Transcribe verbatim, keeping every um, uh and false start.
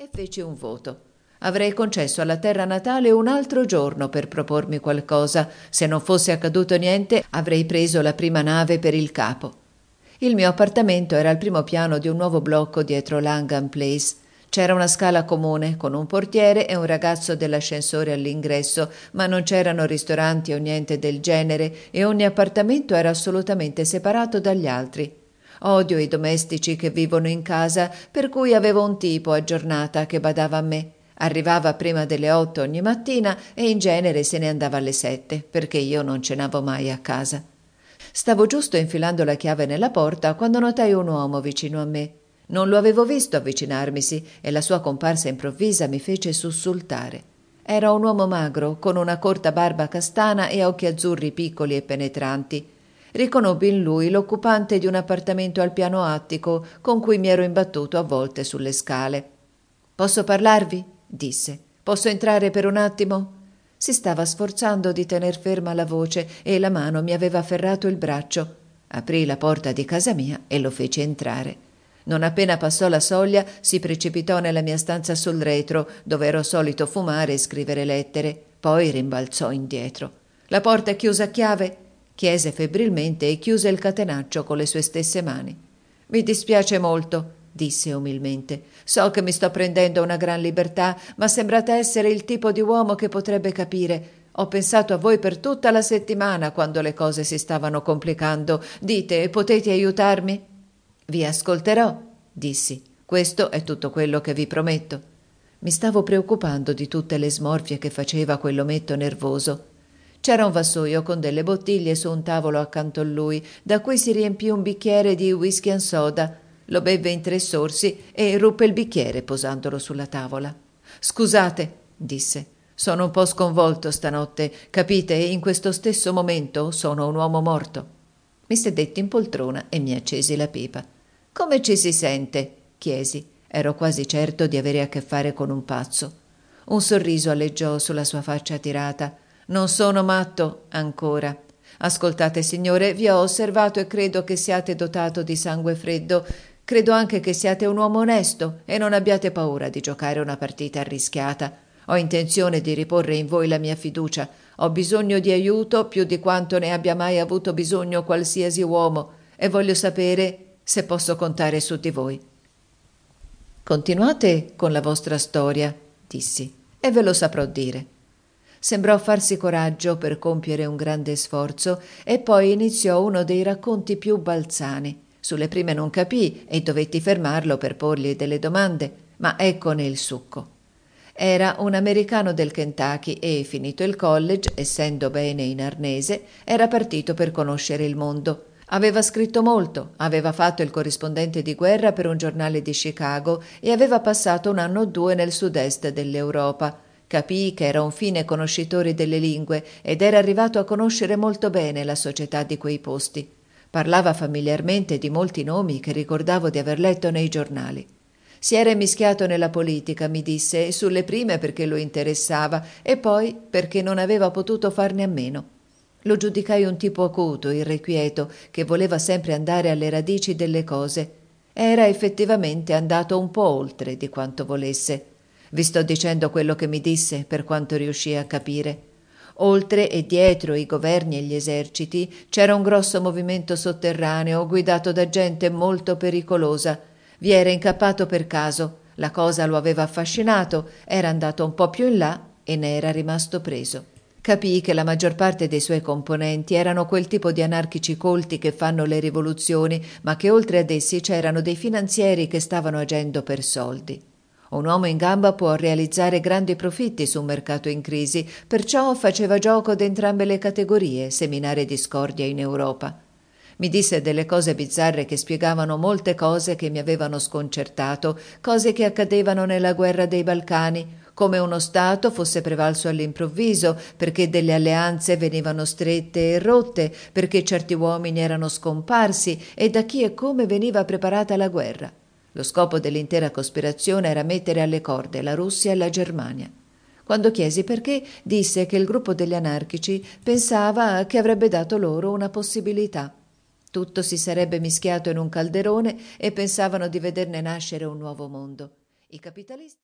e feci un voto. Avrei concesso alla terra natale un altro giorno per propormi qualcosa. Se non fosse accaduto niente, avrei preso la prima nave per il Capo. Il mio appartamento era al primo piano di un nuovo blocco dietro Langham Place. C'era una scala comune con un portiere e un ragazzo dell'ascensore all'ingresso, ma non c'erano ristoranti o niente del genere e ogni appartamento era assolutamente separato dagli altri. Odio i domestici che vivono in casa, per cui avevo un tipo a giornata che badava a me. Arrivava prima delle otto ogni mattina e in genere se ne andava alle sette, perché io non cenavo mai a casa. Stavo giusto infilando la chiave nella porta quando notai un uomo vicino a me. Non lo avevo visto avvicinarmisi e la sua comparsa improvvisa mi fece sussultare. Era un uomo magro, con una corta barba castana e occhi azzurri piccoli e penetranti. Riconobbi in lui l'occupante di un appartamento al piano attico con cui mi ero imbattuto a volte sulle scale. «Posso parlarvi?» disse. «Posso entrare per un attimo?» Si stava sforzando di tener ferma la voce e la mano mi aveva afferrato il braccio. Aprì la porta di casa mia e lo feci entrare. Non appena passò la soglia si precipitò nella mia stanza sul retro, dove ero solito fumare e scrivere lettere. Poi rimbalzò indietro. «La porta è chiusa a chiave?» chiese febbrilmente e chiuse il catenaccio con le sue stesse mani. «Mi dispiace molto», disse umilmente. «So che mi sto prendendo una gran libertà, ma sembrate essere il tipo di uomo che potrebbe capire. Ho pensato a voi per tutta la settimana quando le cose si stavano complicando. Dite, potete aiutarmi?» «Vi ascolterò», dissi. «Questo è tutto quello che vi prometto». Mi stavo preoccupando di tutte le smorfie che faceva quell'ometto nervoso. C'era un vassoio con delle bottiglie su un tavolo accanto a lui, da cui si riempì un bicchiere di whisky and soda. Lo bevve in tre sorsi e ruppe il bicchiere posandolo sulla tavola. «Scusate», disse, «sono un po' sconvolto stanotte. Capite, in questo stesso momento sono un uomo morto». Mi sedetti in poltrona e mi accesi la pipa. «Come ci si sente?» chiesi. Ero quasi certo di avere a che fare con un pazzo. Un sorriso aleggiò sulla sua faccia tirata. «Non sono matto ancora. Ascoltate, signore, vi ho osservato e credo che siate dotato di sangue freddo. Credo anche che siate un uomo onesto e non abbiate paura di giocare una partita arrischiata. Ho intenzione di riporre in voi la mia fiducia. Ho bisogno di aiuto più di quanto ne abbia mai avuto bisogno qualsiasi uomo e voglio sapere se posso contare su di voi». «Continuate con la vostra storia», dissi, «e ve lo saprò dire». Sembrò farsi coraggio per compiere un grande sforzo e poi iniziò uno dei racconti più balzani. Sulle prime non capii e dovetti fermarlo per porgli delle domande, ma eccone il succo. Era un americano del Kentucky e, finito il college, essendo bene in arnese, era partito per conoscere il mondo. Aveva scritto molto, aveva fatto il corrispondente di guerra per un giornale di Chicago e aveva passato un anno o due nel sud-est dell'Europa. Capii che era un fine conoscitore delle lingue ed era arrivato a conoscere molto bene la società di quei posti. Parlava familiarmente di molti nomi che ricordavo di aver letto nei giornali. Si era mischiato nella politica, mi disse, sulle prime perché lo interessava e poi perché non aveva potuto farne a meno. Lo giudicai un tipo acuto, irrequieto, che voleva sempre andare alle radici delle cose. Era effettivamente andato un po' oltre di quanto volesse. Vi sto dicendo quello che mi disse, per quanto riuscii a capire. Oltre e dietro i governi e gli eserciti c'era un grosso movimento sotterraneo guidato da gente molto pericolosa. Vi era incappato per caso, la cosa lo aveva affascinato, era andato un po' più in là e ne era rimasto preso. Capii che la maggior parte dei suoi componenti erano quel tipo di anarchici colti che fanno le rivoluzioni, ma che oltre ad essi c'erano dei finanzieri che stavano agendo per soldi. Un uomo in gamba può realizzare grandi profitti su un mercato in crisi, perciò faceva gioco d'entrambe le categorie, seminare discordia in Europa. Mi disse delle cose bizzarre che spiegavano molte cose che mi avevano sconcertato, cose che accadevano nella guerra dei Balcani, come uno Stato fosse prevalso all'improvviso, perché delle alleanze venivano strette e rotte, perché certi uomini erano scomparsi e da chi e come veniva preparata la guerra. Lo scopo dell'intera cospirazione era mettere alle corde la Russia e la Germania. Quando chiesi perché, disse che il gruppo degli anarchici pensava che avrebbe dato loro una possibilità. Tutto si sarebbe mischiato in un calderone e pensavano di vederne nascere un nuovo mondo. I capitalisti